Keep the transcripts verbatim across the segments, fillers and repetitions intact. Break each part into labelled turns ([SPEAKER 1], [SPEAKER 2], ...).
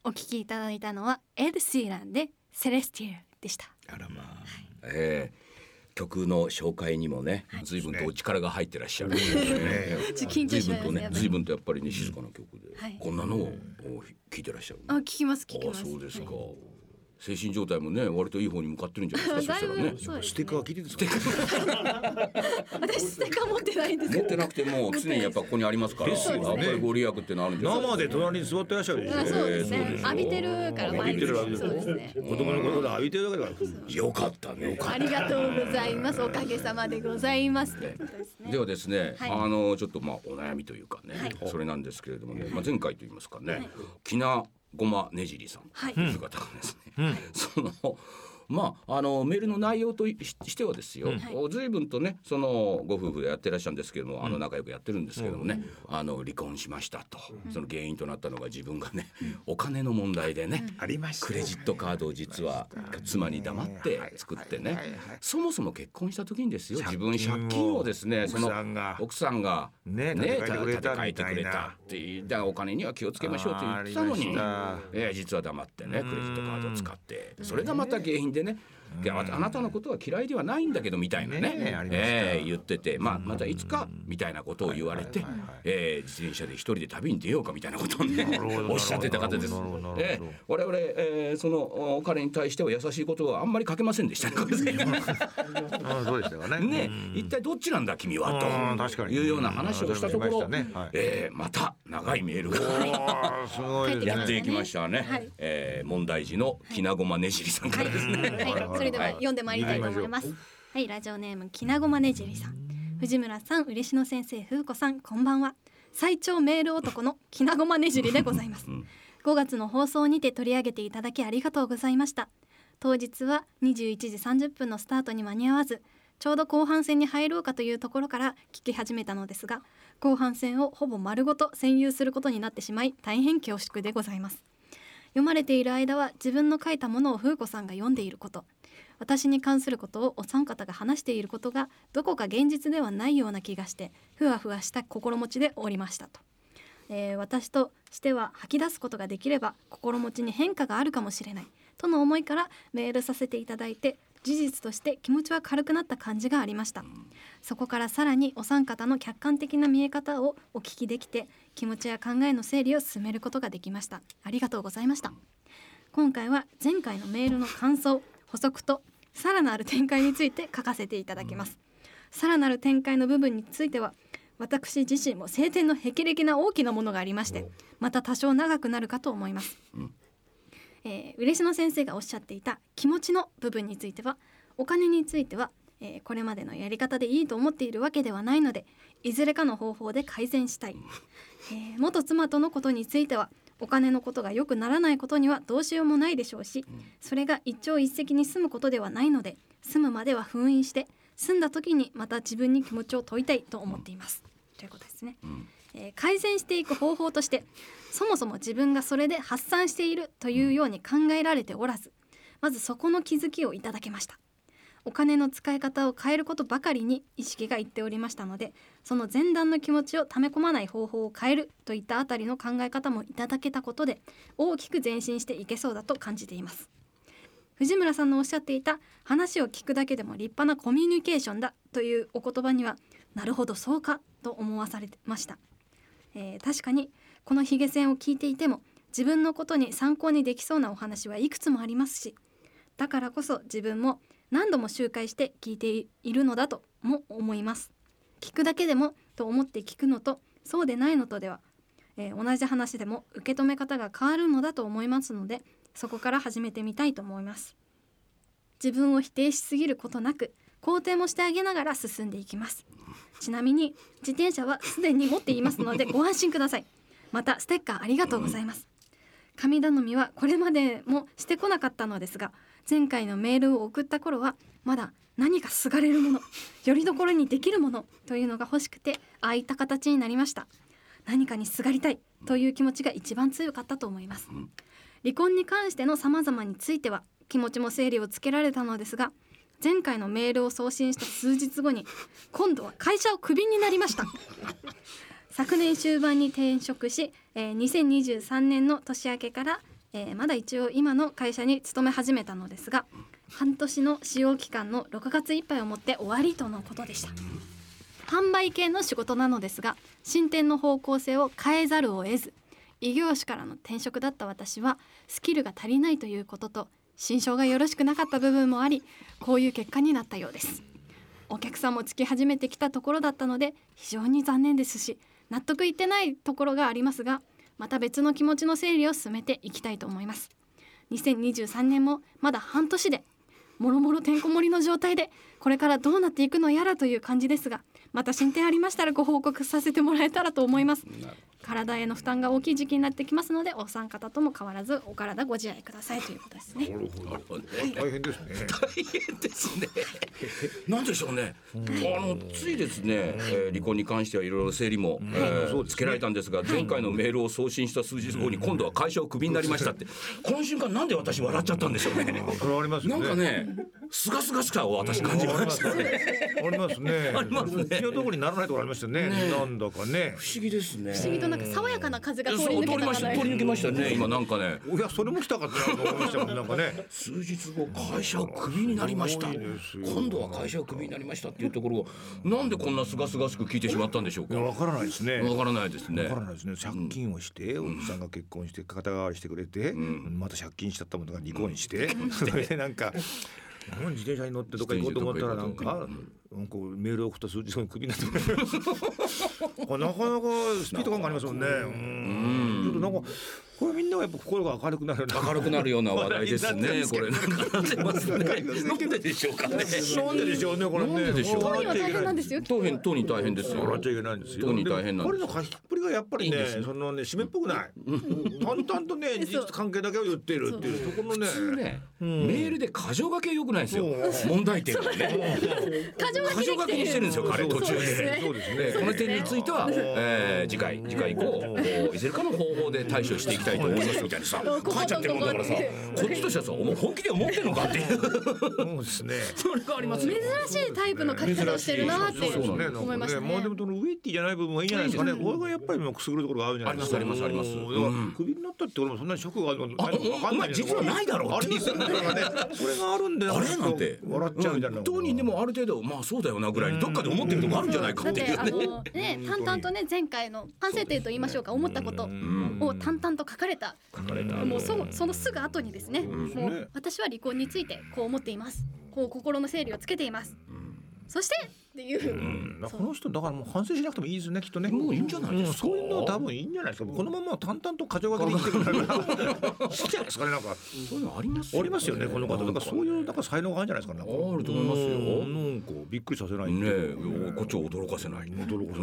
[SPEAKER 1] お聴きいただいたのはエド・シーランでセレスティアでした。
[SPEAKER 2] あらまあ、はい、えー、曲の紹介にもね、はい、随分とお力が入ってらっしゃる、ね、
[SPEAKER 1] 緊張しますね。
[SPEAKER 2] 随分とやっぱりね静かな曲で、はい、こんなのを聴いてらっしゃる、ね、
[SPEAKER 1] あ、聞きます聞きます。
[SPEAKER 2] あ、そうですか、はい、精神状態もね割といい方に向かってるんじゃないですか。そしたらね、
[SPEAKER 3] そうですね、ステッカーは聞いてるんですか。
[SPEAKER 1] 私ステッカー持ってないんです
[SPEAKER 2] 持ってなくても常にやっぱここにありますから、
[SPEAKER 3] ですよね、
[SPEAKER 2] やっぱりご利益ってのあるんじゃないですか。
[SPEAKER 3] 生で隣に座ってらっしゃるでしょ。
[SPEAKER 1] そうですね、浴びてるから
[SPEAKER 3] 浴びてるわけですよ。子供のことで浴びてるわけだから。
[SPEAKER 2] よかったね。
[SPEAKER 1] ありがとうございます。おかげさまでございます。で,
[SPEAKER 2] ではですね、はい、あのちょっとまあお悩みというかね、はい、それなんですけれどもね、まあ、前回と言いますかね、はい、きなごまねじりさんという方がですね、はい、そのまあ、あのメールの内容と し, してはですよ、うん、随分とねそのご夫婦でやってらっしゃるんですけども、うん、あの仲良くやってるんですけどもね、うん、あの離婚しましたと、うん、その原因となったのが自分がね、うん、お金の問題でね、
[SPEAKER 3] うん、ありました、
[SPEAKER 2] クレジットカードを実は妻に黙って作ってね、そもそも結婚した時にですよ、自分借金をですね、その奥さんがね立て替えてくれたっていう、だからお金には気をつけましょうと言ってたのに、えー、実は黙ってねクレジットカードを使って、それがまた原因でね、であなたのことは嫌いではないんだけどみたいな ね, ね、えー、言ってて、まあ、またいつかみたいなことを言われて、えー、自転車で一人で旅に出ようかみたいなことをねおっしゃってた方です。えー、我々、えー、そのお金に対しては優しいことはあんまりかけませんでしたね。
[SPEAKER 3] あ、そうでしたかね。
[SPEAKER 2] ね、一体どっちなんだ君はというような話をしたところ、ね、はい、えー、また長いメールが
[SPEAKER 3] すごい、ね、
[SPEAKER 2] やっていきましたね、はい、えー、問題児のきなごまねじりさんからですね、はいはいはい、
[SPEAKER 1] それでは読んでまいりたいと思います。はい、はい、ラジオネームきなごまねじりさん、藤村さん、嬉野先生、風子さん、こんばんは。最長メール男のきなごまねじりでございます。ごがつの放送にて取り上げていただきありがとうございました。当日はにじゅういちじさんじゅっぷんのスタートに間に合わず、ちょうど後半戦に入ろうかというところから聞き始めたのですが、後半戦をほぼ丸ごと占有することになってしまい大変恐縮でございます。読まれている間は自分の書いたものを風子さんが読んでいること、私に関することをお三方が話していることがどこか現実ではないような気がしてふわふわした心持ちでおりましたと、えー、私としては吐き出すことができれば心持ちに変化があるかもしれないとの思いからメールさせていただいて、事実として気持ちは軽くなった感じがありました。そこからさらにお三方の客観的な見え方をお聞きできて、気持ちや考えの整理を進めることができました。ありがとうございました。今回は前回のメールの感想、補足とさらなる展開について書かせていただきます。さらなる展開の部分については私自身も晴天の霹靂な大きなものがありまして、また多少長くなるかと思います。えー、嬉野先生がおっしゃっていた気持ちの部分については、お金については、えー、これまでのやり方でいいと思っているわけではないので、いずれかの方法で改善したい。えー、元妻とのことについてはお金のことが良くならないことにはどうしようもないでしょうし、それが一朝一夕に済むことではないので、済むまでは封印して済んだ時にまた自分に気持ちを問いたいと思っています、うん、ということですね、うん、えー、改善していく方法として、そもそも自分がそれで発散しているというように考えられておらず、まずそこの気づきをいただけました。お金の使い方を変えることばかりに意識がいっておりましたので、その前段の気持ちを溜め込まない方法を変えるといったあたりの考え方もいただけたことで、大きく前進していけそうだと感じています。藤村さんのおっしゃっていた話を聞くだけでも立派なコミュニケーションだというお言葉には、なるほどそうかと思わされました。えー、確かにこのヒゲ線を聞いていても自分のことに参考にできそうなお話はいくつもありますし、だからこそ自分も何度も周回して聞いているのだとも思います。聞くだけでもと思って聞くのとそうでないのとでは、えー、同じ話でも受け止め方が変わるのだと思いますので、そこから始めてみたいと思います。自分を否定しすぎることなく肯定もしてあげながら進んでいきます。ちなみに自転車はすでに持っていますのでご安心ください。またステッカーありがとうございます。神頼みはこれまでもしてこなかったのですが、前回のメールを送った頃はまだ何かすがれるもの、よりどころにできるものというのが欲しくて、ああいった形になりました。何かにすがりたいという気持ちが一番強かったと思います。離婚に関しての様々については気持ちも整理をつけられたのですが、前回のメールを送信した数日後に今度は会社をクビになりました。昨年終盤に転職し、えー、にせんにじゅうさんねんの年明けからえー、まだ一応今の会社に勤め始めたのですが、半年の使用期間のろくがついっぱいをもって終わりとのことでした。販売系の仕事なのですが、進展の方向性を変えざるを得ず、異業種からの転職だった私はスキルが足りないということと心象がよろしくなかった部分もあり、こういう結果になったようです。お客さんもつき始めてきたところだったので非常に残念ですし、納得いってないところがありますが、また別の気持ちの整理を進めていきたいと思います。にせんにじゅうさんねんもまだ半年でもろもろてんこ盛りの状態で、これからどうなっていくのやらという感じですが、また進展ありましたらご報告させてもらえたらと思います。体への負担が大きい時期になってきますので、お三方とも変わらずお体ご自愛くださいということですね。
[SPEAKER 3] 大変ですね。
[SPEAKER 2] 大変ですね。なんでしょうね。あのついですね、えー、離婚に関してはいろいろ整理も、えー、つけられたんですが、前回のメールを送信した数日後に今度は会社をクビになりましたって、この瞬間なんで私笑っちゃったんでしょうね。なんかね、すがすがしさを私感じましたね。
[SPEAKER 3] ありますね。
[SPEAKER 2] ありますね。
[SPEAKER 3] 気のところにならないところありましたね。なんだかね。
[SPEAKER 2] 不思議ですね。
[SPEAKER 1] 不思議となんか爽やかな風が通り抜けたかな。
[SPEAKER 2] 通り抜けましたね。今なんかね。
[SPEAKER 3] いやそれも来たかったなと思いましたもん。なんかね。
[SPEAKER 2] 数日後会社をクビになりました。今度は会社をクビになりましたっていうところをなんでこんなすがすがしく聞いてしまったんでしょうか。
[SPEAKER 3] わからないですね。
[SPEAKER 2] わからないですね。
[SPEAKER 3] わからないですね。借金をして、うん、奥さんが結婚して肩代わりしてくれて、うん、また借金しちゃったものが離婚して、うん、それでなんか。自転車に乗ってどっか行こうと思ったらなんか、うん、こうメールを送った数日後にクビになってくれる。なかなかスピード感がありますもんね。うん、ちょっとなんかこれみんながやっぱ心が明るくなる
[SPEAKER 2] 明るくなるような話題ですね。これなんかなってますね。なんででしょうかね。
[SPEAKER 3] なんででしょうねこれね。
[SPEAKER 1] 当人は大変なんですよ。
[SPEAKER 2] 当人当人大変ですよ。
[SPEAKER 3] 笑っちゃいけないんですよ。
[SPEAKER 2] 当人大変なんです。
[SPEAKER 3] 彼の書きっぷりがやっぱりね、そのね締めっぽくない。淡々とね事実関係だけを言っているっていうところのね。
[SPEAKER 2] メールで箇条書き良くないですよ。問題点をね。箇条書きにしてるんですよ彼途中で。そうですね。この点については次回次回以降いずれかの方法で対処していきたいと思いますみたいなさ書いちゃってるもんだからさ、こっちとしてはさもう本気で思ってるのかっていう。
[SPEAKER 3] そうですね。
[SPEAKER 2] それがありますよ。
[SPEAKER 1] 珍しいタイプの書き方をしてるなって思いましたね。
[SPEAKER 3] まあでもそのウェイティじゃない部分はいいんじゃないですかね。これがやっぱりもうくすぐるところがあるじゃないですか。
[SPEAKER 2] ありますありますあります。
[SPEAKER 3] だからクビになったって俺もそんなにショックがあるのか
[SPEAKER 2] お前実はないだろうっていう。
[SPEAKER 3] それがあるんで
[SPEAKER 2] あれなんて
[SPEAKER 3] 笑っちゃうみたいな。
[SPEAKER 2] 当人でもある程度まあそうだよなぐらいどっかで思ってるとこあるんじゃないかっていうね。
[SPEAKER 1] だってあのね淡々とね前回の反省点と言いましょうか、思ったことを淡々と書かれた。
[SPEAKER 2] 書かれた。
[SPEAKER 1] もうそそのすぐ後にですね、もう私は離婚についてこう思っています。こう心の整理をつけています。そしてっていう、うん、
[SPEAKER 3] この人だからもう反省しなくてもいいですねきっとね。
[SPEAKER 2] もういいんじゃないですか。
[SPEAKER 3] うん、そういうの多分いいんじゃないですか。このまま淡々と箇条書きで生きてくるからいいじゃないですかね。なんか
[SPEAKER 2] そういうのありますよね。
[SPEAKER 3] ありますよねこの方。だからそういうなんか才能があるんじゃないですかね。
[SPEAKER 2] あると思いますよ。
[SPEAKER 3] なんかびっくりさせない
[SPEAKER 2] ねえ、こっちを驚かせない。
[SPEAKER 3] 驚かせない。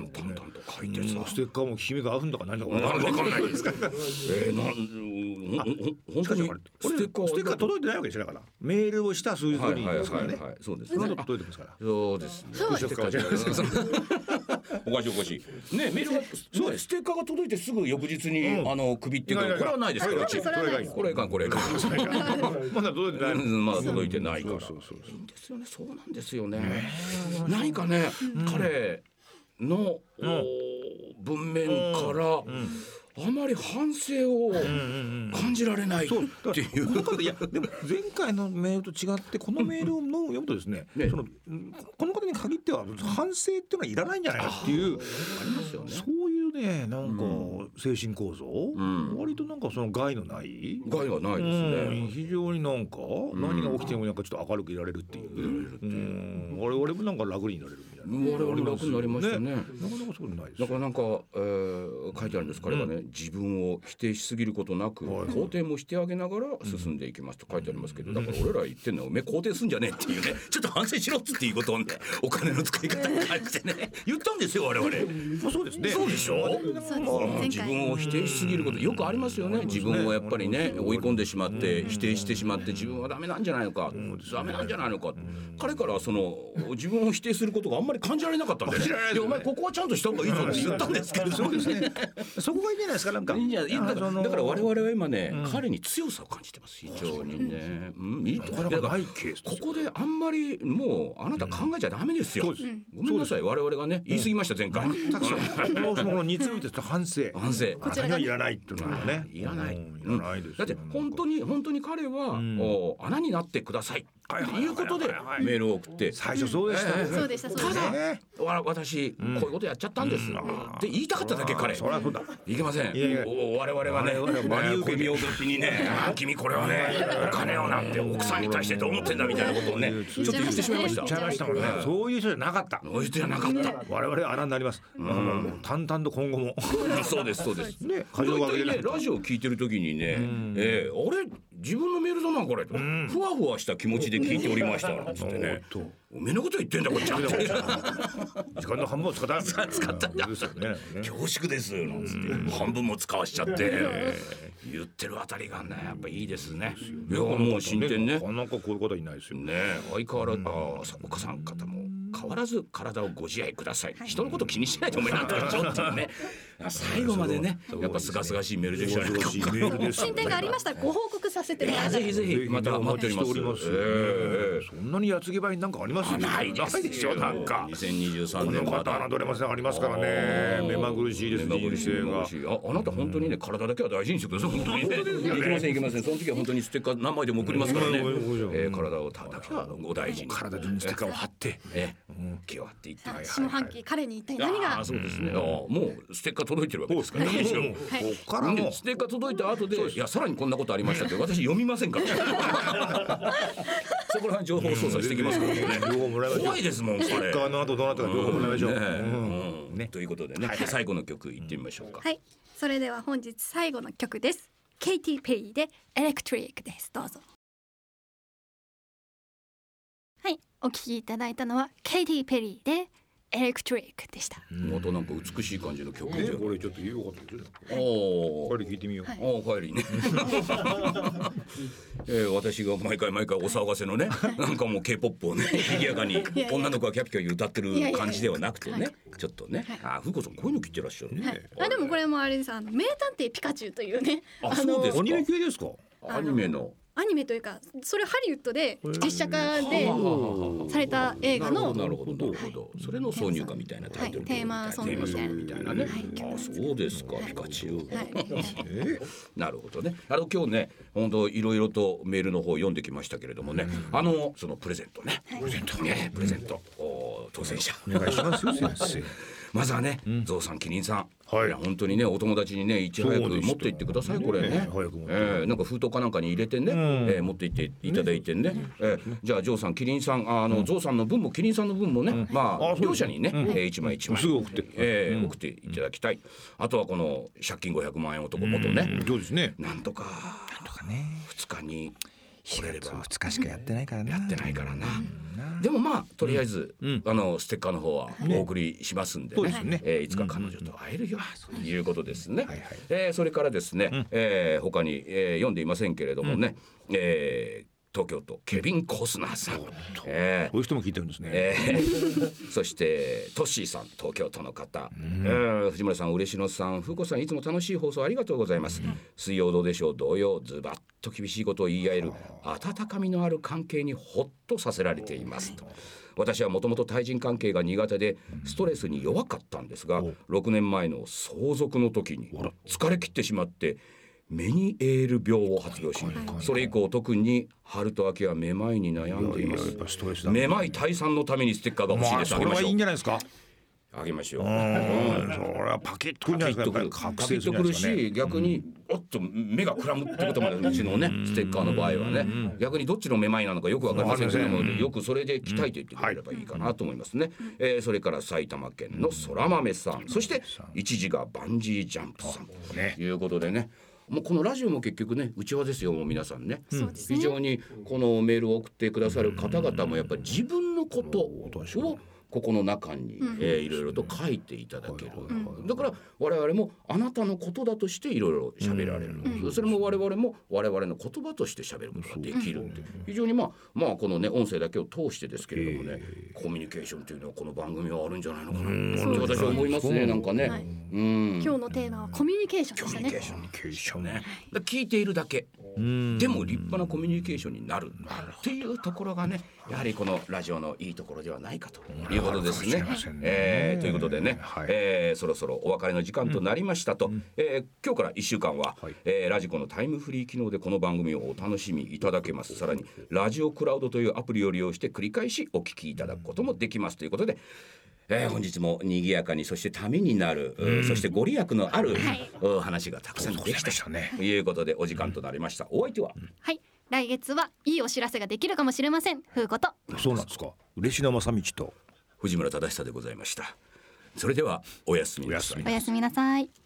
[SPEAKER 2] 淡々と書いてさ。
[SPEAKER 3] ステッカーも君が合うんだか何だか分からないですか。
[SPEAKER 2] えー、なん本当に
[SPEAKER 3] ステッカーステッカー届いてないわけですよ。だからメールをした数日後にですからね。
[SPEAKER 2] そうです。
[SPEAKER 3] その後届いてますから。
[SPEAKER 2] そうですね。おかしいおかしいね。メールがそうです。ステッカーが届いてすぐ翌日に、うん、あの首っていうかこれはないですから。これいかんこれいかん
[SPEAKER 3] まだ届いてない。
[SPEAKER 2] まだ届いてないから。そうそうそういいんですよね。そうなんですよね。何かね、うん、彼の、うん、文面から、うんあまり反省を感じられないっていう。
[SPEAKER 3] いやでも前回のメールと違ってこのメールを読むとですね、ねそのこの方に限っては反省っていうのはいらないんじゃないかっていう
[SPEAKER 2] ありますよね。
[SPEAKER 3] そういうねなんか精神構造、うん、割となんかその害のない
[SPEAKER 2] 害がないですね、うん、
[SPEAKER 3] 非常になんか何が起きてもなんかちょっと明るくいられるっていう、うん、我々もなんか楽になれるみたいな。
[SPEAKER 2] 我々楽になりましたね。
[SPEAKER 3] なかなかそうないです。
[SPEAKER 2] だからなんか、えー、書いてあるんです彼がね、うん、自分を否定しすぎることなく、はい、肯定もしてあげながら進んでいきますと書いてありますけど、だから俺ら言ってんのはおめえ肯定すんじゃねえっていうねちょっと反省しろっつっていうことをねお金の使い方に関してね言ったんですよ我々。
[SPEAKER 3] そうですね。
[SPEAKER 2] そうでしょ。自分を否定しすぎることよくありますよね。自分をやっぱりね追い込んでしまって否定してしまって自分はダメなんじゃないのかダメなんじゃないのか彼からその自分を否定することがあんまりり感じられなかったんで、ね、でお前ここはちゃんとした方がいいぞって言ったんですけど
[SPEAKER 3] そうですねそこがいいんじゃないですか。なんかいいんじゃない
[SPEAKER 2] だから、だから我々は今ね、うん、彼に強さを感じてます非常にね、うん、いいところがないケース。ここであんまりもうあなた考えちゃダメですよ、うん、ごめんなさい我々がね言い過ぎました前回、うん、
[SPEAKER 3] そのについて反省
[SPEAKER 2] 反省
[SPEAKER 3] こちらがいらないっていうのはね、
[SPEAKER 2] いらない、
[SPEAKER 3] いらないです。
[SPEAKER 2] だって本当に本当に彼は、うん、お穴になってくださいということでメールを送って
[SPEAKER 3] 最初そうでした、
[SPEAKER 1] えー、そうでしたそうでした。
[SPEAKER 2] ただ私、うん、こういうことやっちゃったんです、うん、って言いたかっただけ彼。
[SPEAKER 3] そりゃそうだ。
[SPEAKER 2] いけません。いやいや我々はね真に受け身を時にね君これはねお金をなんて奥さんに対してどう思ってんだみたいなことをねちょっと言ってしまいました。
[SPEAKER 3] 言っちゃいましたもんね。そういう人じゃなかった。
[SPEAKER 2] そういう人じゃなかった。
[SPEAKER 3] 我々は穴になります。うん、淡々と今後も
[SPEAKER 2] そうですそうです。
[SPEAKER 3] ね、
[SPEAKER 2] 大体ねラジオ聞いてる時にね、えー、あれ自分のメールだなこれと、ふわふわした気持ちで聞いておりましたなんつってね。おめえのこと言ってんだこっちは
[SPEAKER 3] 時間の半分を使った
[SPEAKER 2] 使ったんだ恐縮ですなんつって半分も使わしちゃって言ってるあたりがねやっぱいいですね。いやもう進展ね。
[SPEAKER 3] なんかこういうことはいないですよ
[SPEAKER 2] ね。相変わらずあお母さん方も変わらず体をご自愛ください、はい、人のこと気にしないでお前なんとかしようっていうね最後までねやっぱすがすがしいメールでしたね。
[SPEAKER 1] 進展がありましたらご報告させてください。
[SPEAKER 2] ぜひぜひまた待っております。
[SPEAKER 3] えー、そんなにやつぎばいなんかあります？
[SPEAKER 2] ないですよ。なんかにせんにじゅうさんねんまだ
[SPEAKER 3] 侮れません。ありますからね。目まぐるしいです。人生が
[SPEAKER 2] あ, あなた本当にね体だけは大事にしてください。本当にねいけませんいけません。その時は本当にステッカー何枚でも送りますからね、えー、体をだけはお大事に
[SPEAKER 3] 体にステッカーを貼って、
[SPEAKER 2] えー、気を張っていって、
[SPEAKER 1] 下半期彼に一体何が。
[SPEAKER 2] あそうですね、あもうステッカー届いてるわけですからね。ステッカー届いた後でいやさらにこんなことありましたって私読みませんからそこら辺情報操作してきますからね。怖いですもんこれ。
[SPEAKER 3] ステッカーの後どうなったか情報もらいましょう、
[SPEAKER 2] うんね、ということでね、はい、最後の曲いってみましょうか。
[SPEAKER 1] はい、それでは本日最後の曲です。ケイティ・ペリーでエレクトリックです。どうぞ。はい、お聴きいただいたのはケイティ・ペリーでエレクトリックでした。
[SPEAKER 2] またなんか美しい感じの曲
[SPEAKER 3] で、これちょっと言おうかと思って。
[SPEAKER 2] お
[SPEAKER 3] お、帰り聞いてみよう。
[SPEAKER 2] はい、お帰りね。えー、私が毎回毎回お騒がせのね、なんかもう K-ポップ をね、賑やかに女の子がキャピキャピ歌ってる感じではなくてね、ちょっとね、あ、ふうこさんこういうの聞いてらっしゃるね。
[SPEAKER 1] はい、あでもこれもあれです。あの名探偵ピカチュウというね、
[SPEAKER 2] あ、そうですか。
[SPEAKER 3] アニメ系ですか。
[SPEAKER 2] アニメの。
[SPEAKER 1] アニメというかそれハリウッドで実写化でされた映画の
[SPEAKER 2] なるほどなるほど、それの挿入歌みたいなタイトル、
[SPEAKER 1] はい、テーマソングみたいな
[SPEAKER 2] ね、はい、あそうですか、ピカチュウ、はい、なるほどね。あの今日ね本当いろいろとメールの方読んできましたけれどもね、あのそのプレゼントね、プレゼントねプレゼント、お当選者
[SPEAKER 3] お願いしますよ先生。
[SPEAKER 2] まずはね、ゾウさん、キリンさん、はい、本当にねお友達にねいち早く持って行ってくださいこれね。えー、なんか封筒かなんかに入れてね、えー、持って行っていただいてね、えー、じゃあゾウさん、キリンさん、あのゾウさんの分もキリンさんの分もね、まあ両者にね、え一枚一枚
[SPEAKER 3] すぐ送って、
[SPEAKER 2] えー、送っていただきたい。あとはこの借金ごひゃくまんえん男元ね、
[SPEAKER 3] そうですね、
[SPEAKER 2] なんとか
[SPEAKER 3] なんとかね
[SPEAKER 2] ふつかに
[SPEAKER 3] 来れればふつかしかやってないからな、
[SPEAKER 2] やってないからな。でもまあとりあえず、うん、あのステッカーの方はお送りしますんでね、ね、えー、いつか彼女と会えるよ、うん、ということですね、はいはい、えー、それからですね、うん、えー、他に、えー、読んでいませんけれどもね、うん、えー東京都ケビン・コスナーさん、
[SPEAKER 3] えー、こういう人も聞いてるんですね、
[SPEAKER 2] えー、そしてトッシーさん、東京都の方、うん、えー、藤村さん、嬉野さん、風子さん、いつも楽しい放送ありがとうございます、うん、水曜どうでしょう同様ズバッと厳しいことを言い合える温かみのある関係にほっとさせられていますと。私はもともと対人関係が苦手でストレスに弱かったんですが、ろくねんまえの相続の時に疲れ切ってしまってメニエール病を発病し、それ以降特に春と秋はめまいに悩んでいます。めまい退散のためにステッカーが欲しいです。
[SPEAKER 3] まあ、それはいいんじゃないですか。
[SPEAKER 2] あげましょう。
[SPEAKER 3] うん、それはパキッとくるんじゃないですか。
[SPEAKER 2] パキッとくるし、逆におっと目がくらむってことまでうちのねステッカーの場合はね、逆にどっちのめまいなのかよくわかりませんけども、よくそれで鍛えていってくれればいいかなと思いますね。えー、それから埼玉県の空豆さん、そして一時がバンジージャンプさんということでね。もうこのラジオも結局ね内輪ですよ、もう皆さんね、うん、非常にこのメールを送ってくださる方々もやっぱり自分のことをここの中に、うんえー、いろいろと書いていただける、うん、だから我々もあなたのことだとしていろいろ喋られる、うん、それも我々も我々の言葉として喋ることができるって、うん、非常にまあまあこのね音声だけを通してですけれどもね、コミュニケーションというのはこの番組はあるんじゃないのかなって私は思いますね。なんかね、はい、うん、
[SPEAKER 1] 今日のテーマはコミュニケーションでしたね。
[SPEAKER 2] コミュニケーション、コミュニケーションね。だ聞いているだけでも立派なコミュニケーションになるっていうところがね、やはりこのラジオのいいところではないかということですね。えー、ということでね、はい、えー、そろそろお別れの時間となりましたと、うん、えー、今日からいっしゅうかんは、はい、えー、ラジコのタイムフリー機能でこの番組をお楽しみいただけます。さらにラジオクラウドというアプリを利用して繰り返しお聞きいただくこともできますということで、えー、本日も賑やかに、そしてためになる、うん、そしてご利益のある、はい、話がたくさんできたということでお時間となりました。お相手は、うん、
[SPEAKER 1] はい、来月はいいお知らせができるかもしれません。風子と。
[SPEAKER 3] そうなんですか。嬉野正道と
[SPEAKER 2] 藤村忠久でございました。それではおやすみなさい。
[SPEAKER 1] おやすみなさい。